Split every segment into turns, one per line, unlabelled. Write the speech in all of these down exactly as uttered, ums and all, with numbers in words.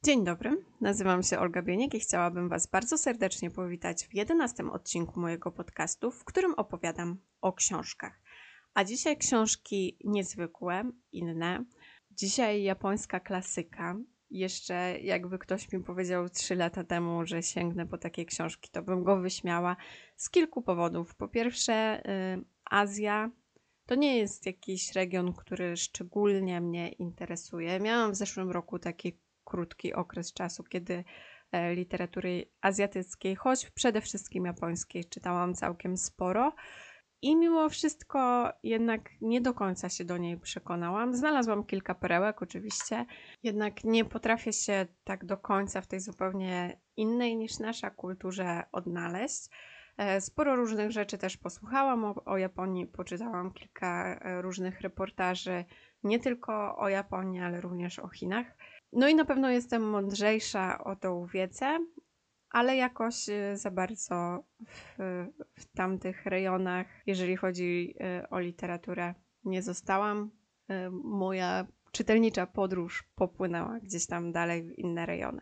Dzień dobry, nazywam się Olga Bieniek i chciałabym Was bardzo serdecznie powitać w jedenastym odcinku mojego podcastu, w którym opowiadam o książkach. A dzisiaj książki niezwykłe, inne. Dzisiaj japońska klasyka. Jeszcze jakby ktoś mi powiedział trzy lata temu, że sięgnę po takie książki, to bym go wyśmiała z kilku powodów. Po pierwsze, yy, Azja to nie jest jakiś region, który szczególnie mnie interesuje. Miałam w zeszłym roku taki krótki okres czasu, kiedy e, literatury azjatyckiej, choć przede wszystkim japońskiej, czytałam całkiem sporo i mimo wszystko jednak nie do końca się do niej przekonałam. Znalazłam kilka perełek oczywiście, jednak nie potrafię się tak do końca w tej zupełnie innej niż nasza kulturze odnaleźć. E, Sporo różnych rzeczy też posłuchałam o, o Japonii, poczytałam kilka e, różnych reportaży, nie tylko o Japonii, ale również o Chinach. No i na pewno jestem mądrzejsza o tą wiedzę, ale jakoś y, za bardzo w, w tamtych rejonach, jeżeli chodzi y, o literaturę, nie zostałam. Y, Moja czytelnicza podróż popłynęła gdzieś tam dalej w inne rejony.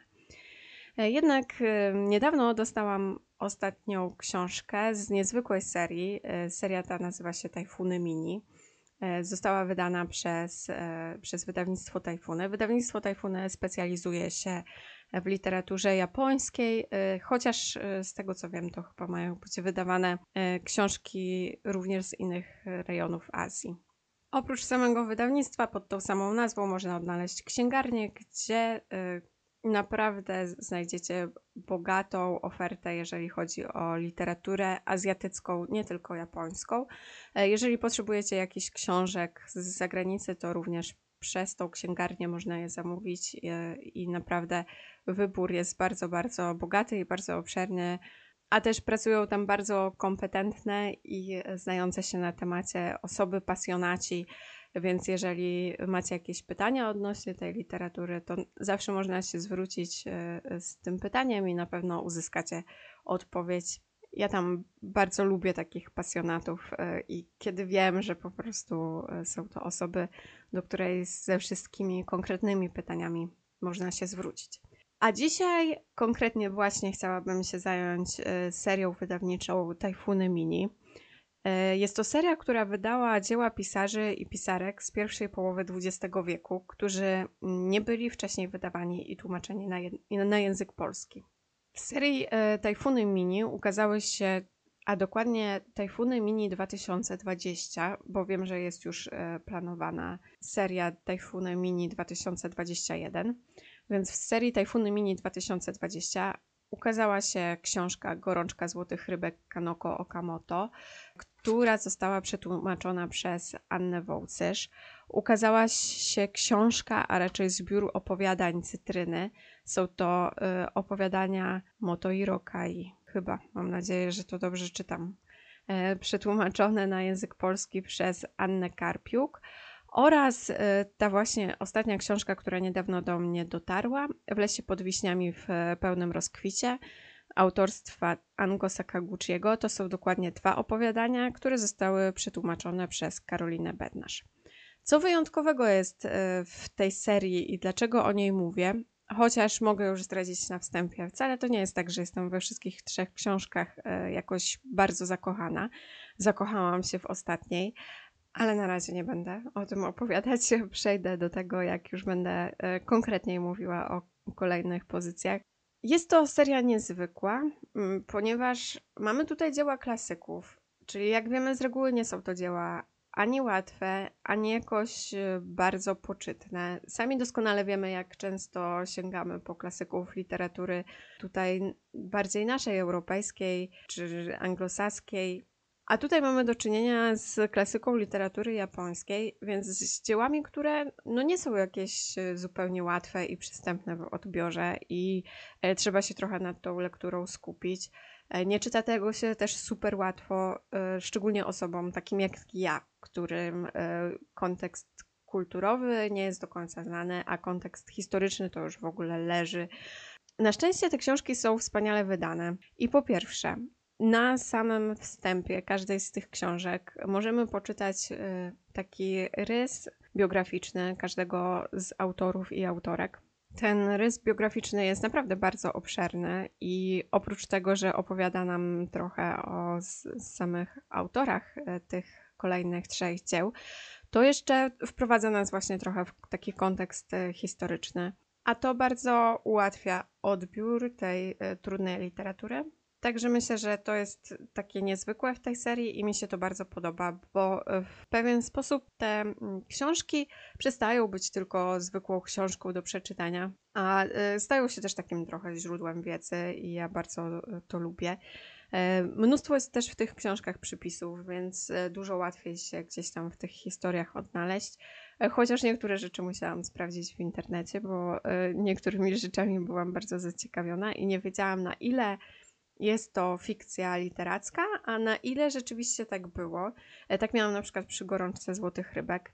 E, Jednak y, niedawno dostałam ostatnią książkę z niezwykłej serii. Y, Seria ta nazywa się Tajfuny Mini. E, Została wydana przez, e, przez wydawnictwo Tajfuny. Wydawnictwo Tajfuny specjalizuje się w literaturze japońskiej, e, chociaż e, z tego co wiem, to chyba mają być wydawane e, książki również z innych rejonów Azji. Oprócz samego wydawnictwa pod tą samą nazwą można odnaleźć księgarnię, gdzie e, naprawdę znajdziecie bogatą ofertę, jeżeli chodzi o literaturę azjatycką, nie tylko japońską. Jeżeli potrzebujecie jakichś książek z zagranicy, to również przez tą księgarnię można je zamówić i naprawdę wybór jest bardzo, bardzo bogaty i bardzo obszerny, a też pracują tam bardzo kompetentne i znające się na temacie osoby, pasjonaci, więc jeżeli macie jakieś pytania odnośnie tej literatury, to zawsze można się zwrócić z tym pytaniem i na pewno uzyskacie odpowiedź. Ja tam bardzo lubię takich pasjonatów i kiedy wiem, że po prostu są to osoby, do której ze wszystkimi konkretnymi pytaniami można się zwrócić. A dzisiaj konkretnie właśnie chciałabym się zająć serią wydawniczą Tajfuny Mini. Jest to seria, która wydała dzieła pisarzy i pisarek z pierwszej połowy dwudziestego wieku, którzy nie byli wcześniej wydawani i tłumaczeni na, je- na język polski. W serii e, Tajfuny Mini ukazały się, a dokładnie Tajfuny Mini dwa tysiące dwadzieścia, bo wiem, że jest już e, planowana seria Tajfuny Mini dwa tysiące dwadzieścia jeden, więc w serii Tajfuny Mini dwa tysiące dwadzieścia ukazała się książka Gorączka Złotych Rybek Kanoko Okamoto, która została przetłumaczona przez Annę Wołcysz. Ukazała się książka, a raczej zbiór opowiadań Cytryny. Są to y, opowiadania Motohiro Kai. Chyba, mam nadzieję, że to dobrze czytam. E, przetłumaczone na język polski przez Annę Karpiuk. Oraz y, ta właśnie ostatnia książka, która niedawno do mnie dotarła, W lesie pod wiśniami w pełnym rozkwicie, autorstwa Ango Sakaguchiego. To są dokładnie dwa opowiadania, które zostały przetłumaczone przez Karolinę Bednarz. Co wyjątkowego jest y, w tej serii i dlaczego o niej mówię? Chociaż mogę już zdradzić na wstępie, wcale to nie jest tak, że jestem we wszystkich trzech książkach y, jakoś bardzo zakochana. Zakochałam się w ostatniej, ale na razie nie będę o tym opowiadać. Przejdę do tego, jak już będę y, konkretniej mówiła o kolejnych pozycjach. Jest to seria niezwykła, mm, ponieważ mamy tutaj dzieła klasyków, czyli jak wiemy z reguły nie są to dzieła ani łatwe, ani jakoś y, bardzo poczytne. Sami doskonale wiemy, jak często sięgamy po klasyków literatury tutaj bardziej naszej europejskiej czy anglosaskiej. A tutaj mamy do czynienia z klasyką literatury japońskiej, więc z dziełami, które no nie są jakieś e, zupełnie łatwe i przystępne w odbiorze i e, trzeba się trochę nad tą lekturą skupić. E, nie czyta tego się też super łatwo, e, szczególnie osobom takim jak ja, którym e, kontekst kulturowy nie jest do końca znany, a kontekst historyczny to już w ogóle leży. Na szczęście te książki są wspaniale wydane. I po pierwsze, na samym wstępie każdej z tych książek możemy poczytać y, taki rys biograficzny każdego z autorów i autorek. Ten rys biograficzny jest naprawdę bardzo obszerny i oprócz tego, że opowiada nam trochę o s- samych autorach e, tych kolejnych trzech dzieł, to jeszcze wprowadza nas właśnie trochę w taki kontekst e, historyczny. A to bardzo ułatwia odbiór tej e, trudnej literatury. Także myślę, że to jest takie niezwykłe w tej serii i mi się to bardzo podoba, bo e, w pewien sposób te mm, książki przestają być tylko zwykłą książką do przeczytania, a e, stają się też takim trochę źródłem wiedzy i ja bardzo e, to lubię. E, Mnóstwo jest też w tych książkach przypisów, więc e, dużo łatwiej się gdzieś tam w tych historiach odnaleźć. E, Chociaż niektóre rzeczy musiałam sprawdzić w internecie, bo e, niektórymi rzeczami byłam bardzo zaciekawiona i nie wiedziałam, na ile jest to fikcja literacka, a na ile rzeczywiście tak było. E, Tak miałam na przykład przy Gorączce Złotych Rybek.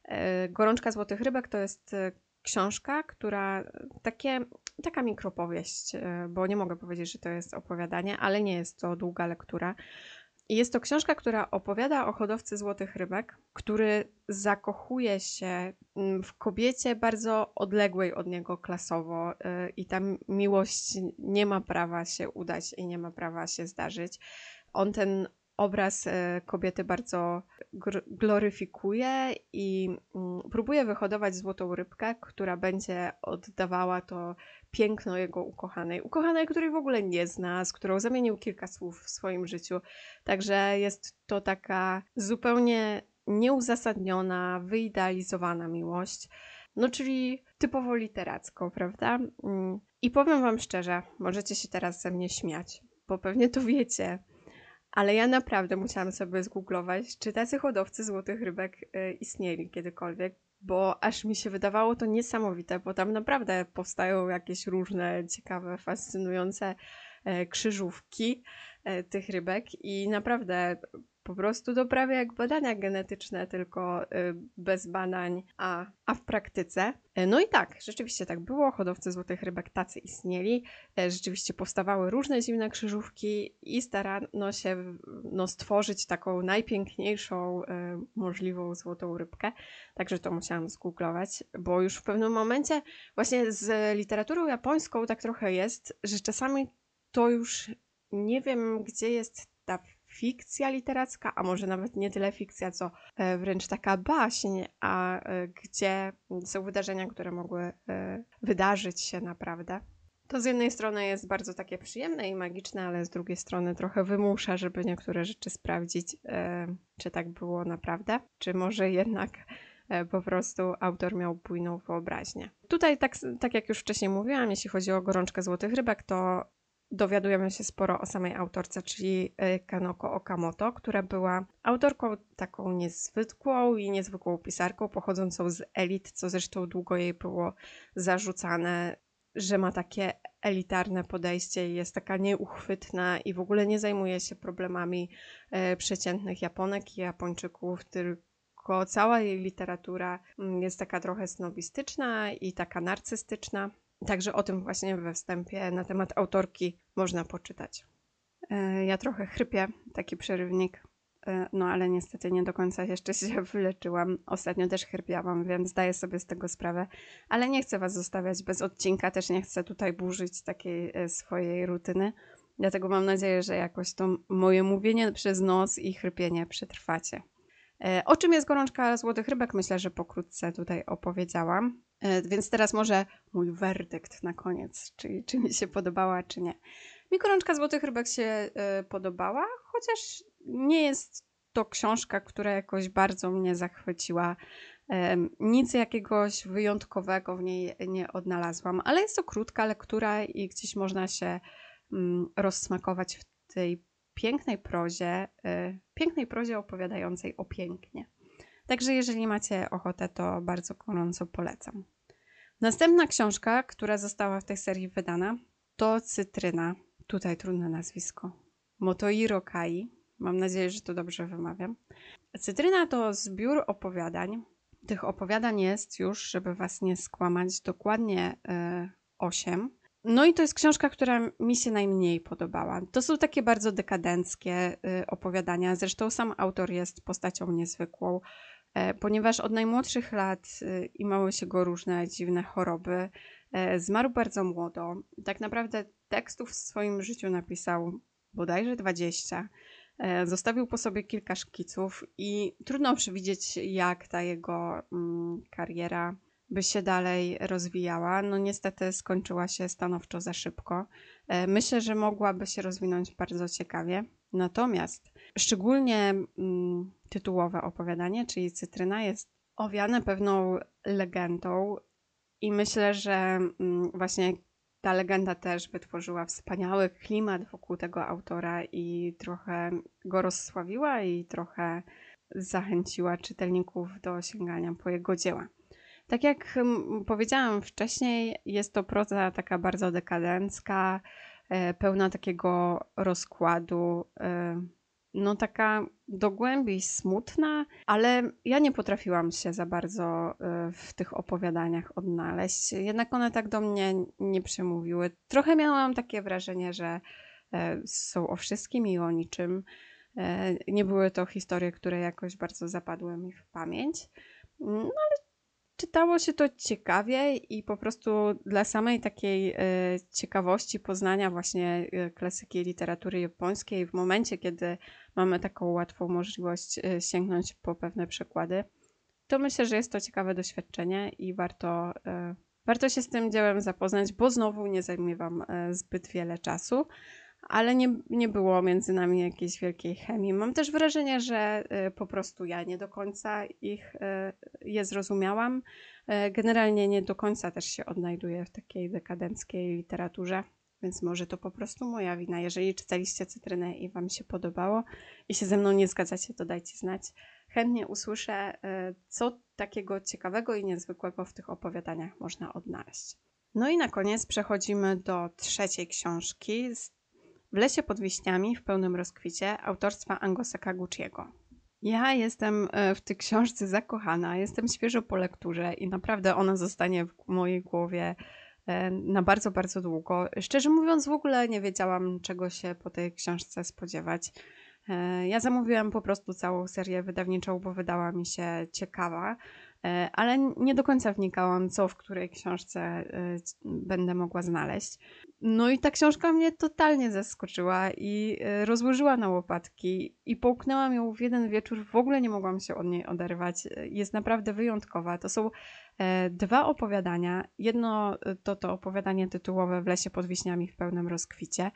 E, Gorączka Złotych Rybek to jest e, książka, która takie, taka mikropowieść, e, bo nie mogę powiedzieć, że to jest opowiadanie, ale nie jest to długa lektura. I jest to książka, która opowiada o hodowcy złotych rybek, który zakochuje się mm, w kobiecie bardzo odległej od niego klasowo, y, i ta miłość nie ma prawa się udać i nie ma prawa się zdarzyć. On ten obraz y, kobiety bardzo gr- gloryfikuje i mm, próbuje wyhodować złotą rybkę, która będzie oddawała to piękno jego ukochanej. Ukochanej, której w ogóle nie zna, z którą zamienił kilka słów w swoim życiu. Także jest to taka zupełnie nieuzasadniona, wyidealizowana miłość. No, czyli typowo literacko, prawda? Mm. I powiem wam szczerze, możecie się teraz ze mnie śmiać, bo pewnie to wiecie, ale ja naprawdę musiałam sobie zgooglować, czy tacy hodowcy złotych rybek y, istnieli kiedykolwiek, bo aż mi się wydawało to niesamowite, bo tam naprawdę powstają jakieś różne ciekawe, fascynujące e, krzyżówki e, tych rybek i naprawdę po prostu to prawie jak badania genetyczne, tylko y, bez badań, a, a w praktyce. E, No i tak, rzeczywiście tak było, hodowcy złotych rybek tacy istnieli, e, rzeczywiście powstawały różne dziwne krzyżówki i starano się no, stworzyć taką najpiękniejszą e, możliwą złotą rybkę. Także to musiałam zgooglować, bo już w pewnym momencie właśnie z literaturą japońską tak trochę jest, że czasami to już nie wiem, gdzie jest ta fikcja literacka, a może nawet nie tyle fikcja, co e, wręcz taka baśń, a e, gdzie są wydarzenia, które mogły e, wydarzyć się naprawdę. To z jednej strony jest bardzo takie przyjemne i magiczne, ale z drugiej strony trochę wymusza, żeby niektóre rzeczy sprawdzić, e, czy tak było naprawdę, czy może jednak e, po prostu autor miał bujną wyobraźnię. Tutaj, tak, tak jak już wcześniej mówiłam, jeśli chodzi o Gorączkę Złotych Rybek, to dowiadujemy się sporo o samej autorce, czyli e, Kanoko Okamoto, która była autorką taką niezwykłą i niezwykłą pisarką, pochodzącą z elit, co zresztą długo jej było zarzucane, że ma takie elitarne podejście i jest taka nieuchwytna i w ogóle nie zajmuje się problemami e, przeciętnych Japonek i Japończyków, tylko cała jej literatura mm, jest taka trochę snobistyczna i taka narcystyczna. Także o tym właśnie we wstępie na temat autorki można poczytać. E, Ja trochę chrypię, taki przerywnik, e, no ale niestety nie do końca jeszcze się wyleczyłam. Ostatnio też chrypiałam, wiem, zdaję sobie z tego sprawę, ale nie chcę was zostawiać bez odcinka, też nie chcę tutaj burzyć takiej e, swojej rutyny. Dlatego mam nadzieję, że jakoś to moje mówienie przez nos i chrypienie przetrwacie. E, O czym jest Gorączka Złotych Rybek? Myślę, że pokrótce tutaj opowiedziałam. E, Więc teraz może mój werdykt na koniec, czyli czy mi się podobała, czy nie. Mi Gorączka Złotych Rybek się e, podobała, chociaż nie jest to książka, która jakoś bardzo mnie zachwyciła. E, Nic jakiegoś wyjątkowego w niej nie odnalazłam, ale jest to krótka lektura i gdzieś można się mm, rozsmakować w tej pięknej prozie, y, pięknej prozie opowiadającej o pięknie. Także jeżeli macie ochotę, to bardzo gorąco polecam. Następna książka, która została w tej serii wydana, to Cytryna. Tutaj trudne nazwisko. Motohiro Kai. Mam nadzieję, że to dobrze wymawiam. Cytryna to zbiór opowiadań. Tych opowiadań jest już, żeby was nie skłamać, dokładnie y, osiem. No i to jest książka, która mi się najmniej podobała. To są takie bardzo dekadenckie y, opowiadania. Zresztą sam autor jest postacią niezwykłą, e, ponieważ od najmłodszych lat y, imały się go różne dziwne choroby. Zmarł bardzo młodo. Tak naprawdę tekstów w swoim życiu napisał bodajże dwadzieścia. Zostawił po sobie kilka szkiców i trudno przewidzieć, jak ta jego mm, kariera by się dalej rozwijała. No niestety skończyła się stanowczo za szybko. Myślę, że mogłaby się rozwinąć bardzo ciekawie. Natomiast szczególnie mm, tytułowe opowiadanie, czyli Cytryna, jest owiane pewną legendą i myślę, że mm, właśnie ta legenda też wytworzyła wspaniały klimat wokół tego autora i trochę go rozsławiła i trochę zachęciła czytelników do sięgania po jego dzieła. Tak jak powiedziałam wcześniej, jest to proza taka bardzo dekadencka, pełna takiego rozkładu, no taka do głębi smutna, ale ja nie potrafiłam się za bardzo w tych opowiadaniach odnaleźć. Jednak one tak do mnie nie przemówiły. Trochę miałam takie wrażenie, że są o wszystkim i o niczym. Nie były to historie, które jakoś bardzo zapadły mi w pamięć. No ale czytało się to ciekawie i po prostu dla samej takiej e, ciekawości poznania właśnie e, klasyki literatury japońskiej w momencie, kiedy mamy taką łatwą możliwość e, sięgnąć po pewne przekłady, to myślę, że jest to ciekawe doświadczenie i warto, e, warto się z tym dziełem zapoznać, bo znowu nie zajmie wam e, zbyt wiele czasu. Ale nie, nie było między nami jakiejś wielkiej chemii. Mam też wrażenie, że y, po prostu ja nie do końca ich y, je zrozumiałam. Y, generalnie nie do końca też się odnajduję w takiej dekadenckiej literaturze, więc może to po prostu moja wina. Jeżeli czytaliście Cytrynę i wam się podobało i się ze mną nie zgadzacie, to dajcie znać. Chętnie usłyszę, y, co takiego ciekawego i niezwykłego w tych opowiadaniach można odnaleźć. No i na koniec przechodzimy do trzeciej książki z W lesie pod wiśniami w pełnym rozkwicie autorstwa Ango Sakaguchiego. Ja jestem w tej książce zakochana, jestem świeżo po lekturze i naprawdę ona zostanie w mojej głowie na bardzo, bardzo długo. Szczerze mówiąc, w ogóle nie wiedziałam, czego się po tej książce spodziewać. Ja zamówiłam po prostu całą serię wydawniczą, bo wydała mi się ciekawa, ale nie do końca wnikałam, co w której książce będę mogła znaleźć. No i ta książka mnie totalnie zaskoczyła i rozłożyła na łopatki i połknęłam ją w jeden wieczór, w ogóle nie mogłam się od niej oderwać. Jest naprawdę wyjątkowa. To są dwa opowiadania. Jedno to to opowiadanie tytułowe W lesie pod wiśniami w pełnym rozkwicie,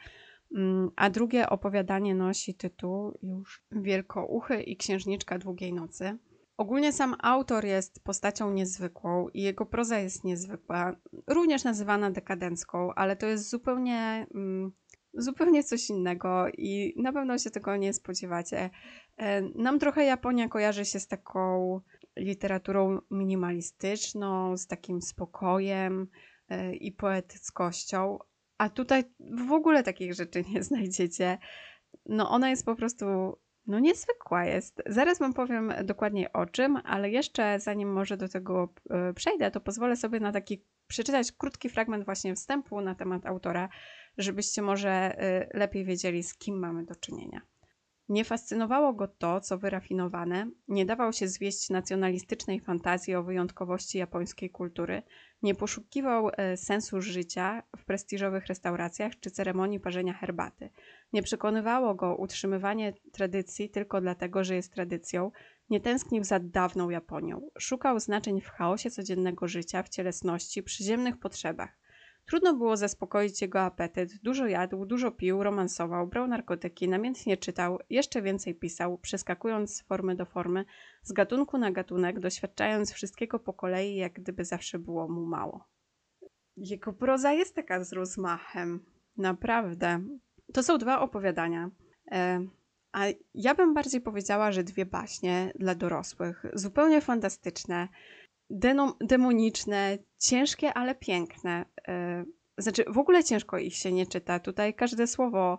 a drugie opowiadanie nosi tytuł już Wielkouchy i księżniczka długiej nocy. Ogólnie sam autor jest postacią niezwykłą i jego proza jest niezwykła, również nazywana dekadencką, ale to jest zupełnie, mm, zupełnie coś innego i na pewno się tego nie spodziewacie. Nam trochę Japonia kojarzy się z taką literaturą minimalistyczną, z takim spokojem i poetyckością, a tutaj w ogóle takich rzeczy nie znajdziecie. No ona jest po prostu, no niezwykła jest. Zaraz wam powiem dokładniej o czym, ale jeszcze zanim może do tego przejdę, to pozwolę sobie na taki przeczytać krótki fragment właśnie wstępu na temat autora, żebyście może lepiej wiedzieli, z kim mamy do czynienia. Nie fascynowało go to, co wyrafinowane, nie dawał się zwieść nacjonalistycznej fantazji o wyjątkowości japońskiej kultury, nie poszukiwał e, sensu życia w prestiżowych restauracjach czy ceremonii parzenia herbaty. Nie przekonywało go utrzymywanie tradycji tylko dlatego, że jest tradycją, nie tęsknił za dawną Japonią. Szukał znaczeń w chaosie codziennego życia, w cielesności, przyziemnych potrzebach. Trudno było zaspokoić jego apetyt, dużo jadł, dużo pił, romansował, brał narkotyki, namiętnie czytał, jeszcze więcej pisał, przeskakując z formy do formy, z gatunku na gatunek, doświadczając wszystkiego po kolei, jak gdyby zawsze było mu mało. Jego proza jest taka z rozmachem, naprawdę. To są dwa opowiadania, e, a ja bym bardziej powiedziała, że dwie baśnie dla dorosłych, zupełnie fantastyczne, Denom, demoniczne, ciężkie, ale piękne. Yy, znaczy, w ogóle ciężko ich się nie czyta. Tutaj każde słowo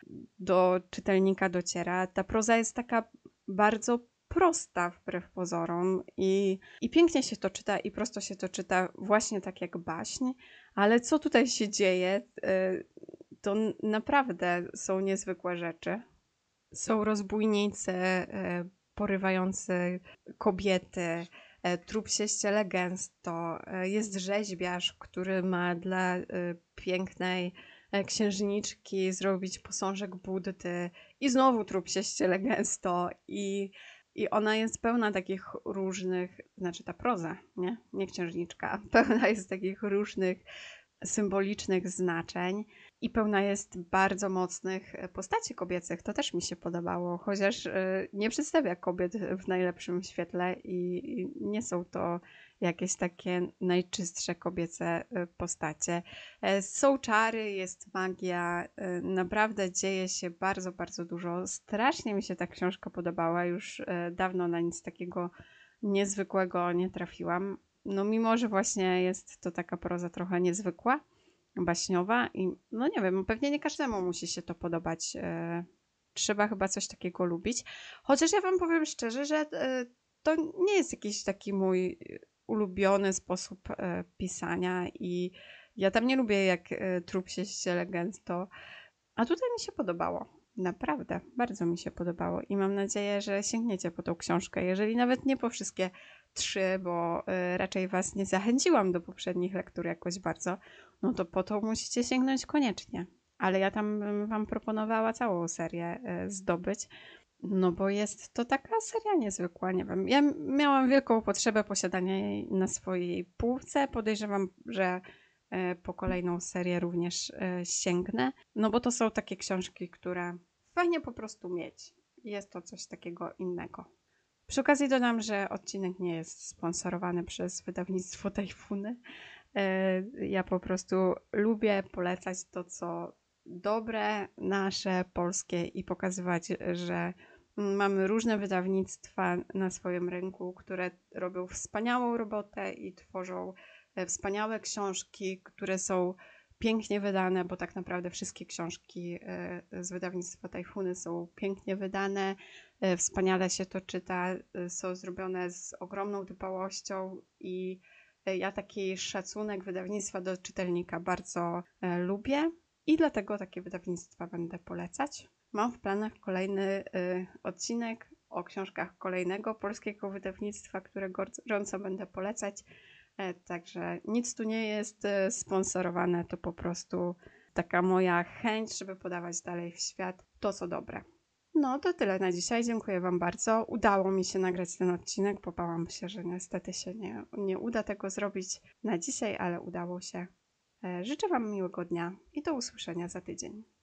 do czytelnika dociera. Ta proza jest taka bardzo prosta wbrew pozorom i, i pięknie się to czyta i prosto się to czyta właśnie tak jak baśń. Ale co tutaj się dzieje, yy, to naprawdę są niezwykłe rzeczy. Są rozbójnicy, yy, porywający kobiety, Trup się ściele gęsto. Jest rzeźbiarz, który ma dla pięknej księżniczki zrobić posążek Buddy i znowu trup się ściele gęsto i, i ona jest pełna takich różnych, znaczy ta proza, nie? Nie księżniczka, pełna jest takich różnych symbolicznych znaczeń i pełna jest bardzo mocnych postaci kobiecych. To też mi się podobało, chociaż nie przedstawia kobiet w najlepszym świetle i nie są to jakieś takie najczystsze kobiece postacie. Są czary, jest magia, naprawdę dzieje się bardzo, bardzo dużo. Strasznie mi się ta książka podobała, już dawno na nic takiego niezwykłego nie trafiłam. No mimo, że właśnie jest to taka proza trochę niezwykła, baśniowa i no nie wiem, pewnie nie każdemu musi się to podobać. E, trzeba chyba coś takiego lubić. Chociaż ja wam powiem szczerze, że e, to nie jest jakiś taki mój ulubiony sposób e, pisania i ja tam nie lubię, jak e, trup się ściele gęsto, a tutaj mi się podobało. Naprawdę, bardzo mi się podobało i mam nadzieję, że sięgniecie po tą książkę, jeżeli nawet nie po wszystkie trzy, bo y, raczej was nie zachęciłam do poprzednich lektur jakoś bardzo, no to po to musicie sięgnąć koniecznie. Ale ja tam bym wam proponowała całą serię y, zdobyć, no bo jest to taka seria niezwykła, nie wiem. Ja miałam wielką potrzebę posiadania jej na swojej półce, podejrzewam, że po kolejną serię również sięgnę, no bo to są takie książki, które fajnie po prostu mieć. Jest to coś takiego innego. Przy okazji dodam, że odcinek nie jest sponsorowany przez wydawnictwo Tajfuny. Ja po prostu lubię polecać to, co dobre, nasze, polskie i pokazywać, że mamy różne wydawnictwa na swoim rynku, które robią wspaniałą robotę i tworzą wspaniałe książki, które są pięknie wydane, bo tak naprawdę wszystkie książki z wydawnictwa Tajfuny są pięknie wydane, wspaniale się to czyta, są zrobione z ogromną dbałością i ja taki szacunek wydawnictwa do czytelnika bardzo lubię i dlatego takie wydawnictwa będę polecać. Mam w planach kolejny odcinek o książkach kolejnego polskiego wydawnictwa, które gorąco będę polecać. Także nic tu nie jest sponsorowane, to po prostu taka moja chęć, żeby podawać dalej w świat to, co dobre. No to tyle na dzisiaj, dziękuję wam bardzo. Udało mi się nagrać ten odcinek, bo bałam się, że niestety się nie, nie uda tego zrobić na dzisiaj, ale udało się. Życzę wam miłego dnia i do usłyszenia za tydzień.